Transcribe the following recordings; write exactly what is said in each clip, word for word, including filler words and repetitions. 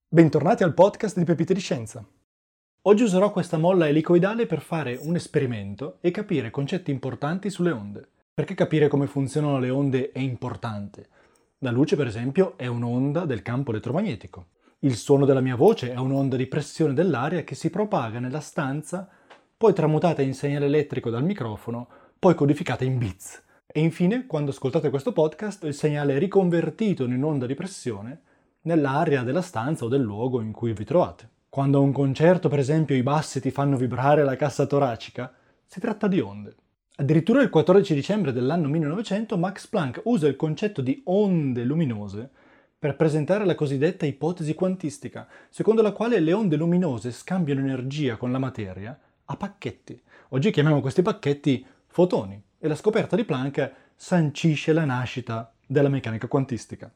Bentornati al podcast di Pepite di Scienza. Oggi userò questa molla elicoidale per fare un esperimento e capire concetti importanti sulle onde. Perché capire come funzionano le onde è importante? La luce, per esempio, è un'onda del campo elettromagnetico. Il suono della mia voce è un'onda di pressione dell'aria che si propaga nella stanza, poi tramutata in segnale elettrico dal microfono, poi codificata in bits. E infine, quando ascoltate questo podcast, il segnale è riconvertito in un'onda di pressione nell'area della stanza o del luogo in cui vi trovate. Quando a un concerto, per esempio, i bassi ti fanno vibrare la cassa toracica, si tratta di onde. Addirittura il quattordici dicembre dell'anno millenovecento Max Planck usa il concetto di onde luminose per presentare la cosiddetta ipotesi quantistica, secondo la quale le onde luminose scambiano energia con la materia a pacchetti. Oggi chiamiamo questi pacchetti fotoni e la scoperta di Planck sancisce la nascita della meccanica quantistica.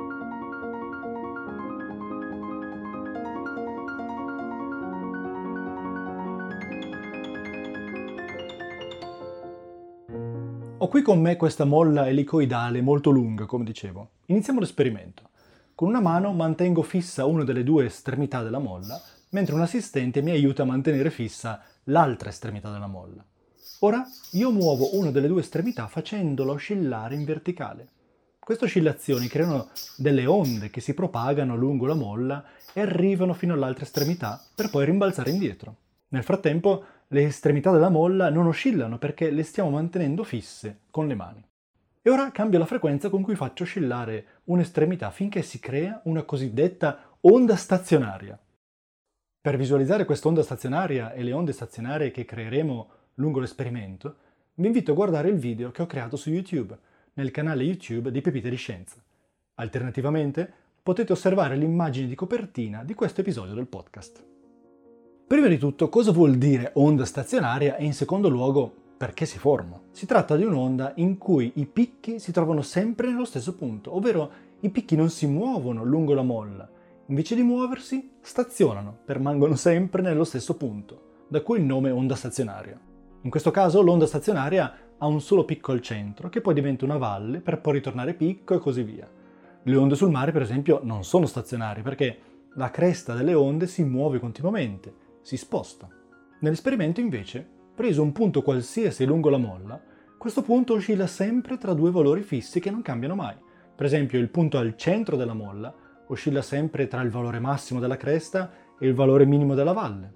Ho qui con me questa molla elicoidale molto lunga, come dicevo. Iniziamo l'esperimento. Con una mano mantengo fissa una delle due estremità della molla, mentre un assistente mi aiuta a mantenere fissa l'altra estremità della molla. Ora io muovo una delle due estremità facendola oscillare in verticale. Queste oscillazioni creano delle onde che si propagano lungo la molla e arrivano fino all'altra estremità per poi rimbalzare indietro. Nel frattempo le estremità della molla non oscillano perché le stiamo mantenendo fisse con le mani. E ora cambio la frequenza con cui faccio oscillare un'estremità finché si crea una cosiddetta onda stazionaria. Per visualizzare quest'onda stazionaria e le onde stazionarie che creeremo lungo l'esperimento, vi invito a guardare il video che ho creato su YouTube, nel canale YouTube di Pepite di Scienza. Alternativamente, potete osservare l'immagine di copertina di questo episodio del podcast. Prima di tutto, cosa vuol dire onda stazionaria e in secondo luogo perché si forma? Si tratta di un'onda in cui i picchi si trovano sempre nello stesso punto, ovvero i picchi non si muovono lungo la molla, invece di muoversi stazionano, permangono sempre nello stesso punto, da cui il nome onda stazionaria. In questo caso l'onda stazionaria ha un solo picco al centro, che poi diventa una valle per poi ritornare picco e così via. Le onde sul mare, per esempio, non sono stazionarie perché la cresta delle onde si muove continuamente, si sposta. Nell'esperimento invece, preso un punto qualsiasi lungo la molla, questo punto oscilla sempre tra due valori fissi che non cambiano mai. Per esempio il punto al centro della molla oscilla sempre tra il valore massimo della cresta e il valore minimo della valle.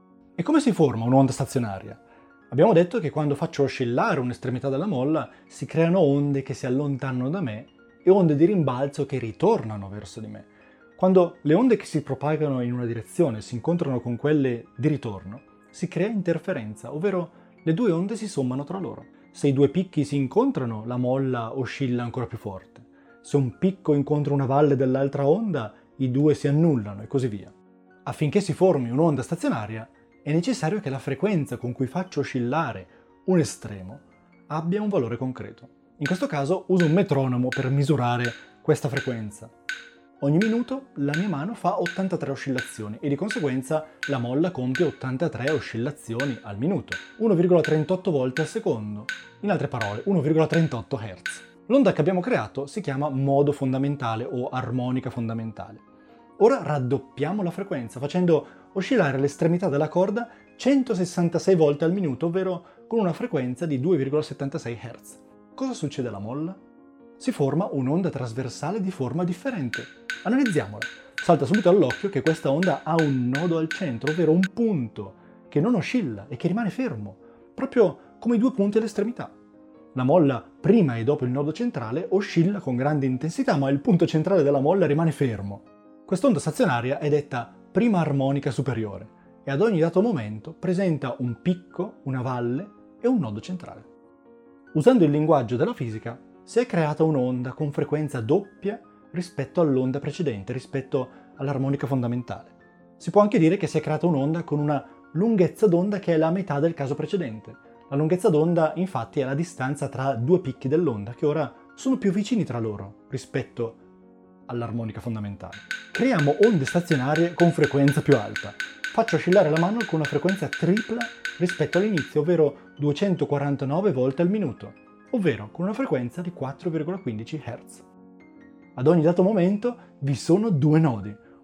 E come si forma un'onda stazionaria? Abbiamo detto che quando faccio oscillare un'estremità della molla si creano onde che si allontanano da me e onde di rimbalzo che ritornano verso di me. Quando le onde che si propagano in una direzione si incontrano con quelle di ritorno, si crea interferenza, ovvero le due onde si sommano tra loro. Se i due picchi si incontrano, la molla oscilla ancora più forte. Se un picco incontra una valle dell'altra onda, i due si annullano e così via. Affinché si formi un'onda stazionaria, è necessario che la frequenza con cui faccio oscillare un estremo abbia un valore concreto. In questo caso uso un metronomo per misurare questa frequenza. Ogni minuto la mia mano fa ottantatré oscillazioni e di conseguenza la molla compie ottantatré oscillazioni al minuto, uno virgola trentotto volte al secondo, in altre parole uno virgola trentotto hertz. L'onda che abbiamo creato si chiama modo fondamentale o armonica fondamentale. Ora raddoppiamo la frequenza facendo oscillare l'estremità della corda centosessantasei volte al minuto, ovvero con una frequenza di due virgola settantasei hertz. Cosa succede alla molla? Si forma un'onda trasversale di forma differente. Analizziamola. Salta subito all'occhio che questa onda ha un nodo al centro, ovvero un punto che non oscilla e che rimane fermo, proprio come i due punti all'estremità. La molla, prima e dopo il nodo centrale, oscilla con grande intensità, ma il punto centrale della molla rimane fermo. Quest'onda stazionaria è detta prima armonica superiore e ad ogni dato momento presenta un picco, una valle e un nodo centrale. Usando il linguaggio della fisica, si è creata un'onda con frequenza doppia rispetto all'onda precedente, rispetto all'armonica fondamentale. Si può anche dire che si è creata un'onda con una lunghezza d'onda che è la metà del caso precedente. La lunghezza d'onda, infatti, è la distanza tra due picchi dell'onda che ora sono più vicini tra loro rispetto all'armonica fondamentale. Creiamo onde stazionarie con frequenza più alta. Faccio oscillare la mano con una frequenza tripla rispetto all'inizio, ovvero duecentoquarantanove volte al minuto, ovvero con una frequenza di quattro virgola quindici hertz. Ad ogni dato momento vi sono due nodi,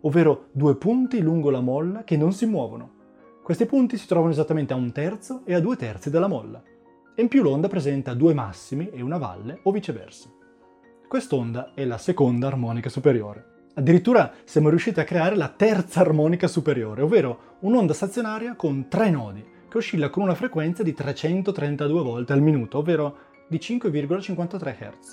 ovvero due punti lungo la molla che non si muovono. Questi punti si trovano esattamente a un terzo e a due terzi della molla, e in più l'onda presenta due massimi e una valle o viceversa. Quest'onda è la seconda armonica superiore. Addirittura siamo riusciti a creare la terza armonica superiore, ovvero un'onda stazionaria con tre nodi, che oscilla con una frequenza di trecentotrentadue volte al minuto, ovvero di cinque virgola cinquantatré hertz.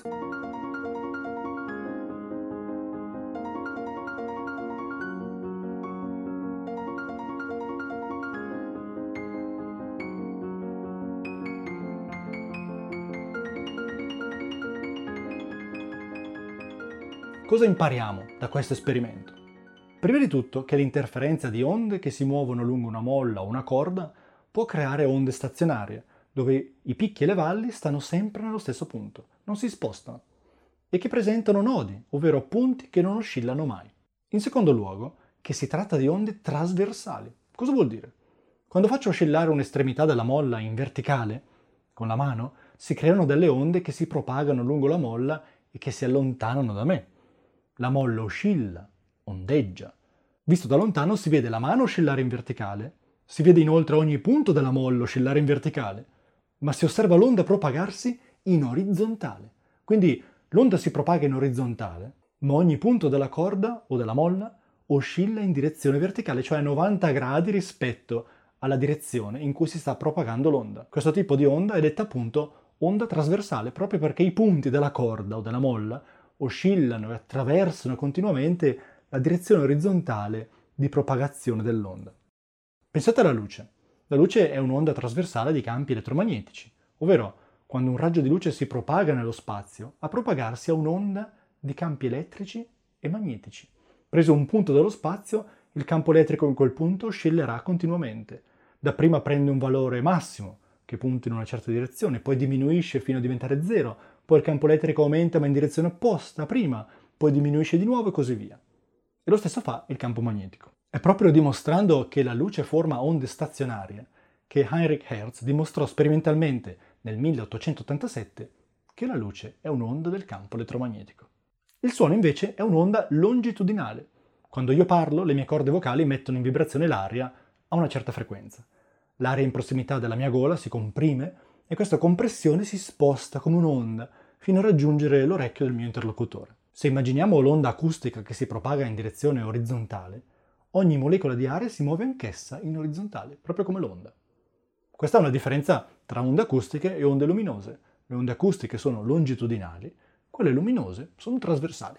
Cosa impariamo da questo esperimento? Prima di tutto che l'interferenza di onde che si muovono lungo una molla o una corda può creare onde stazionarie, dove i picchi e le valli stanno sempre nello stesso punto, non si spostano, e che presentano nodi, ovvero punti che non oscillano mai. In secondo luogo, che si tratta di onde trasversali. Cosa vuol dire? Quando faccio oscillare un'estremità della molla in verticale, con la mano, si creano delle onde che si propagano lungo la molla e che si allontanano da me. La molla oscilla, ondeggia. Visto da lontano si vede la mano oscillare in verticale, si vede inoltre ogni punto della molla oscillare in verticale, ma si osserva l'onda propagarsi in orizzontale. Quindi l'onda si propaga in orizzontale, ma ogni punto della corda o della molla oscilla in direzione verticale, cioè a novanta gradi rispetto alla direzione in cui si sta propagando l'onda. Questo tipo di onda è detta appunto onda trasversale, proprio perché i punti della corda o della molla oscillano e attraversano continuamente la direzione orizzontale di propagazione dell'onda. Pensate alla luce. La luce è un'onda trasversale di campi elettromagnetici, ovvero quando un raggio di luce si propaga nello spazio, a propagarsi a un'onda di campi elettrici e magnetici. Preso un punto dello spazio, il campo elettrico in quel punto oscillerà continuamente. Dapprima prende un valore massimo, che punta in una certa direzione, poi diminuisce fino a diventare zero, poi il campo elettrico aumenta ma in direzione opposta prima, poi diminuisce di nuovo e così via. E lo stesso fa il campo magnetico. È proprio dimostrando che la luce forma onde stazionarie che Heinrich Hertz dimostrò sperimentalmente nel milleottocentottantasette che la luce è un'onda del campo elettromagnetico. Il suono invece è un'onda longitudinale. Quando io parlo, le mie corde vocali mettono in vibrazione l'aria a una certa frequenza. L'aria in prossimità della mia gola si comprime e questa compressione si sposta come un'onda fino a raggiungere l'orecchio del mio interlocutore. Se immaginiamo l'onda acustica che si propaga in direzione orizzontale, ogni molecola di aria si muove anch'essa in orizzontale, proprio come l'onda. Questa è una differenza tra onde acustiche e onde luminose. Le onde acustiche sono longitudinali, quelle luminose sono trasversali.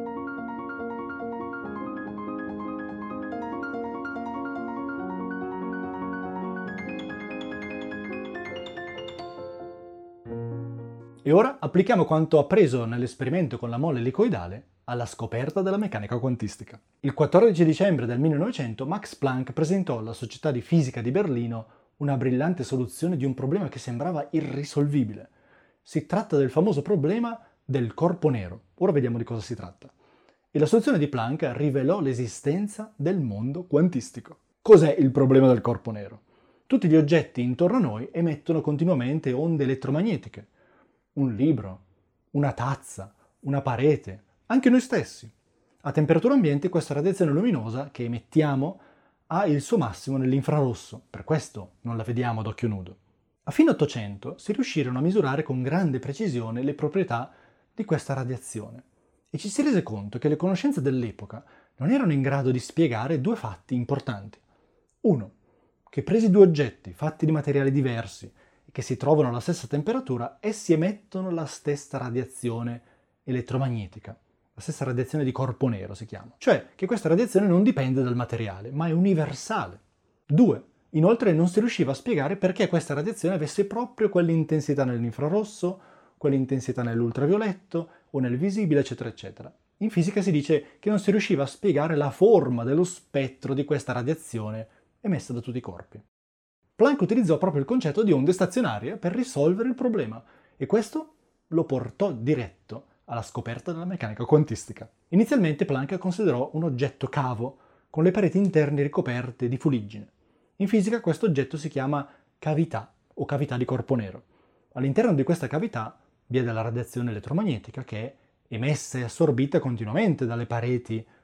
E ora applichiamo quanto appreso nell'esperimento con la molla elicoidale alla scoperta della meccanica quantistica. Il quattordici dicembre del millenovecento Max Planck presentò alla Società di Fisica di Berlino una brillante soluzione di un problema che sembrava irrisolvibile. Si tratta del famoso problema del corpo nero. Ora vediamo di cosa si tratta. E la soluzione di Planck rivelò l'esistenza del mondo quantistico. Cos'è il problema del corpo nero? Tutti gli oggetti intorno a noi emettono continuamente onde elettromagnetiche. Un libro, una tazza, una parete, anche noi stessi. A temperatura ambiente questa radiazione luminosa che emettiamo ha il suo massimo nell'infrarosso, per questo non la vediamo ad occhio nudo. A fine Ottocento si riuscirono a misurare con grande precisione le proprietà di questa radiazione e ci si rese conto che le conoscenze dell'epoca non erano in grado di spiegare due fatti importanti. Uno, che presi due oggetti fatti di materiali diversi e che si trovano alla stessa temperatura, essi emettono la stessa radiazione elettromagnetica. La stessa radiazione di corpo nero si chiama. Cioè che questa radiazione non dipende dal materiale, ma è universale. Due, inoltre non si riusciva a spiegare perché questa radiazione avesse proprio quell'intensità nell'infrarosso, quell'intensità nell'ultravioletto o nel visibile, eccetera, eccetera. In fisica si dice che non si riusciva a spiegare la forma dello spettro di questa radiazione emessa da tutti i corpi. Planck utilizzò proprio il concetto di onde stazionarie per risolvere il problema e questo lo portò diretto alla scoperta della meccanica quantistica. Inizialmente Planck considerò un oggetto cavo con le pareti interne ricoperte di fuliggine. In fisica questo oggetto si chiama cavità o cavità di corpo nero. All'interno di questa cavità vi è della radiazione elettromagnetica che è emessa e assorbita continuamente dalle pareti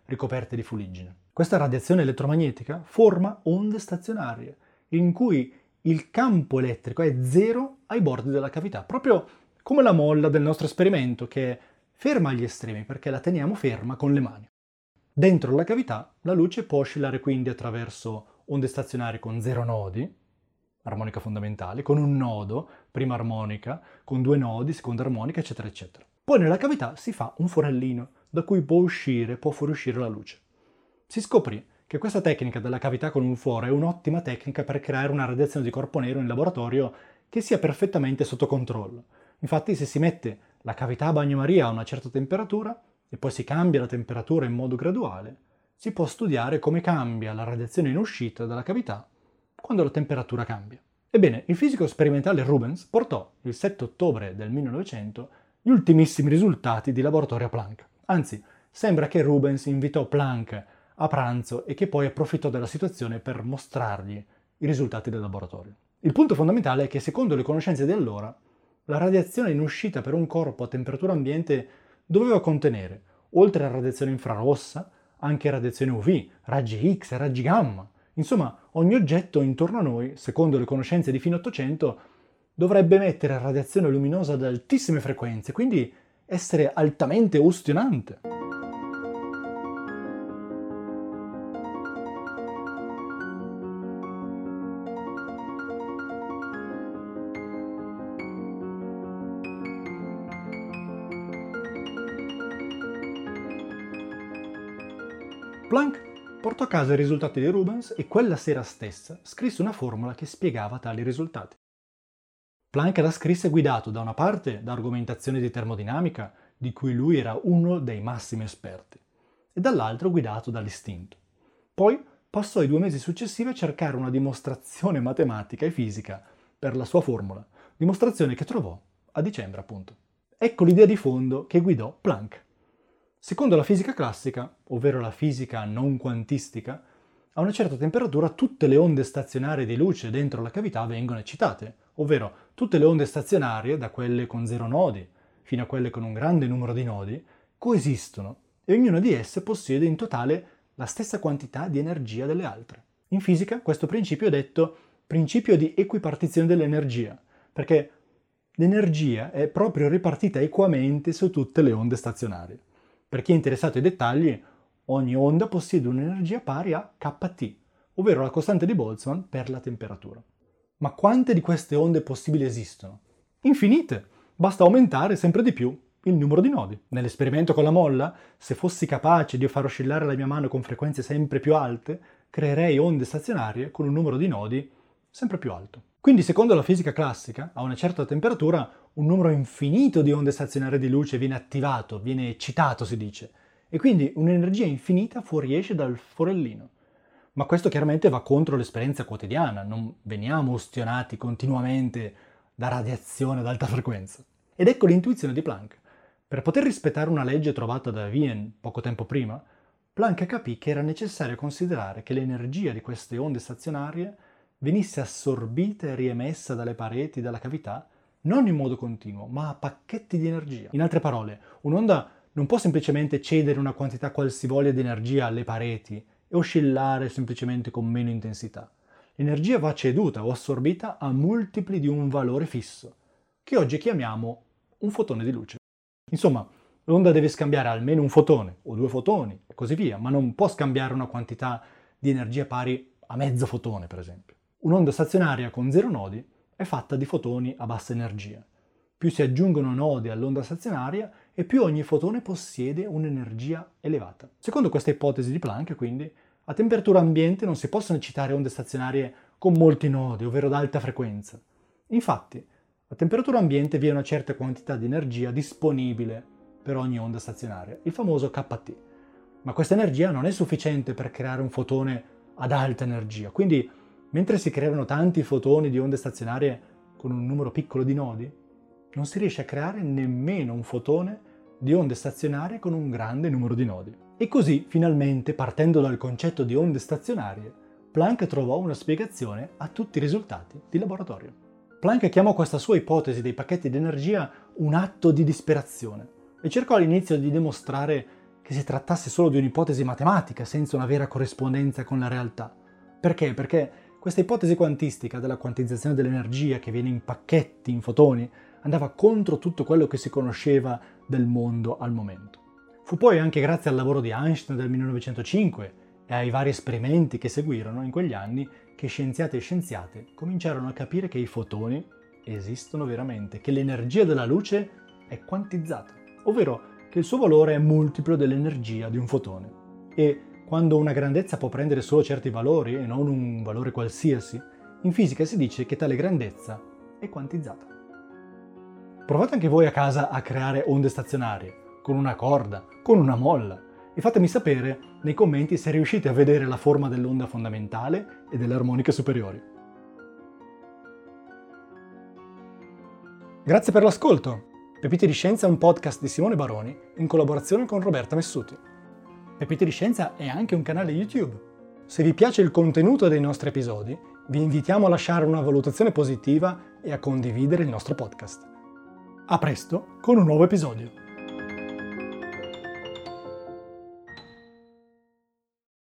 ricoperte di fuliggine. Questa radiazione elettromagnetica forma onde stazionarie, in cui il campo elettrico è zero ai bordi della cavità, proprio come la molla del nostro esperimento che è ferma agli estremi perché la teniamo ferma con le mani. Dentro la cavità la luce può oscillare quindi attraverso onde stazionarie con zero nodi, armonica fondamentale, con un nodo, prima armonica, con due nodi, seconda armonica, eccetera, eccetera. Poi nella cavità si fa un forellino da cui può uscire, può fuoriuscire la luce. Si scoprì che questa tecnica della cavità con un foro è un'ottima tecnica per creare una radiazione di corpo nero in laboratorio che sia perfettamente sotto controllo. Infatti, se si mette la cavità a bagnomaria a una certa temperatura e poi si cambia la temperatura in modo graduale, si può studiare come cambia la radiazione in uscita dalla cavità quando la temperatura cambia. Ebbene, il fisico sperimentale Rubens portò il sette ottobre del millenovecento gli ultimissimi risultati di laboratorio a Planck. Anzi, sembra che Rubens invitò Planck a pranzo e che poi approfittò della situazione per mostrargli i risultati del laboratorio. Il punto fondamentale è che, secondo le conoscenze di allora, la radiazione in uscita per un corpo a temperatura ambiente doveva contenere, oltre alla radiazione infrarossa, anche radiazione U V, raggi X e raggi gamma. Insomma, ogni oggetto intorno a noi, secondo le conoscenze di fine Ottocento, dovrebbe emettere radiazione luminosa ad altissime frequenze, quindi essere altamente ustionante. Planck portò a casa i risultati di Rubens e quella sera stessa scrisse una formula che spiegava tali risultati. Planck la scrisse guidato da una parte da argomentazioni di termodinamica, di cui lui era uno dei massimi esperti, e dall'altro guidato dall'istinto. Poi passò i due mesi successivi a cercare una dimostrazione matematica e fisica per la sua formula, dimostrazione che trovò a dicembre appunto. Ecco l'idea di fondo che guidò Planck. Secondo la fisica classica, ovvero la fisica non quantistica, a una certa temperatura tutte le onde stazionarie di luce dentro la cavità vengono eccitate, ovvero tutte le onde stazionarie, da quelle con zero nodi fino a quelle con un grande numero di nodi, coesistono e ognuna di esse possiede in totale la stessa quantità di energia delle altre. In fisica questo principio è detto principio di equipartizione dell'energia, perché l'energia è proprio ripartita equamente su tutte le onde stazionarie. Per chi è interessato ai dettagli, ogni onda possiede un'energia pari a kT, ovvero la costante di Boltzmann per la temperatura. Ma quante di queste onde possibili esistono? Infinite! Basta aumentare sempre di più il numero di nodi. Nell'esperimento con la molla, se fossi capace di far oscillare la mia mano con frequenze sempre più alte, creerei onde stazionarie con un numero di nodi sempre più alto. Quindi, secondo la fisica classica, a una certa temperatura un numero infinito di onde stazionarie di luce viene attivato, viene eccitato, si dice, e quindi un'energia infinita fuoriesce dal forellino. Ma questo chiaramente va contro l'esperienza quotidiana, non veniamo ustionati continuamente da radiazione ad alta frequenza. Ed ecco l'intuizione di Planck. Per poter rispettare una legge trovata da Wien poco tempo prima, Planck capì che era necessario considerare che l'energia di queste onde stazionarie venisse assorbita e riemessa dalle pareti della cavità non in modo continuo, ma a pacchetti di energia. In altre parole, un'onda non può semplicemente cedere una quantità qualsivoglia di energia alle pareti e oscillare semplicemente con meno intensità. L'energia va ceduta o assorbita a multipli di un valore fisso, che oggi chiamiamo un fotone di luce. Insomma, l'onda deve scambiare almeno un fotone o due fotoni e così via, ma non può scambiare una quantità di energia pari a mezzo fotone, per esempio. Un'onda stazionaria con zero nodi è fatta di fotoni a bassa energia. Più si aggiungono nodi all'onda stazionaria e più ogni fotone possiede un'energia elevata. Secondo questa ipotesi di Planck, quindi, a temperatura ambiente non si possono eccitare onde stazionarie con molti nodi, ovvero ad alta frequenza. Infatti, a temperatura ambiente vi è una certa quantità di energia disponibile per ogni onda stazionaria, il famoso kT. Ma questa energia non è sufficiente per creare un fotone ad alta energia, quindi mentre si creano tanti fotoni di onde stazionarie con un numero piccolo di nodi, non si riesce a creare nemmeno un fotone di onde stazionarie con un grande numero di nodi. E così, finalmente, partendo dal concetto di onde stazionarie, Planck trovò una spiegazione a tutti i risultati di laboratorio. Planck chiamò questa sua ipotesi dei pacchetti di energia un atto di disperazione e cercò all'inizio di dimostrare che si trattasse solo di un'ipotesi matematica senza una vera corrispondenza con la realtà. Perché? Perché questa ipotesi quantistica della quantizzazione dell'energia che viene in pacchetti, in fotoni, andava contro tutto quello che si conosceva del mondo al momento. Fu poi anche grazie al lavoro di Einstein del millenovecentocinque e ai vari esperimenti che seguirono in quegli anni che scienziati e scienziate cominciarono a capire che i fotoni esistono veramente, che l'energia della luce è quantizzata, ovvero che il suo valore è multiplo dell'energia di un fotone. E quando una grandezza può prendere solo certi valori e non un valore qualsiasi, in fisica si dice che tale grandezza è quantizzata. Provate anche voi a casa a creare onde stazionarie, con una corda, con una molla, e fatemi sapere nei commenti se riuscite a vedere la forma dell'onda fondamentale e delle armoniche superiori. Grazie per l'ascolto! Pepite di Scienza è un podcast di Simone Baroni in collaborazione con Roberta Messuti. Pepite di Scienza è anche un canale YouTube. Se vi piace il contenuto dei nostri episodi, vi invitiamo a lasciare una valutazione positiva e a condividere il nostro podcast. A presto con un nuovo episodio!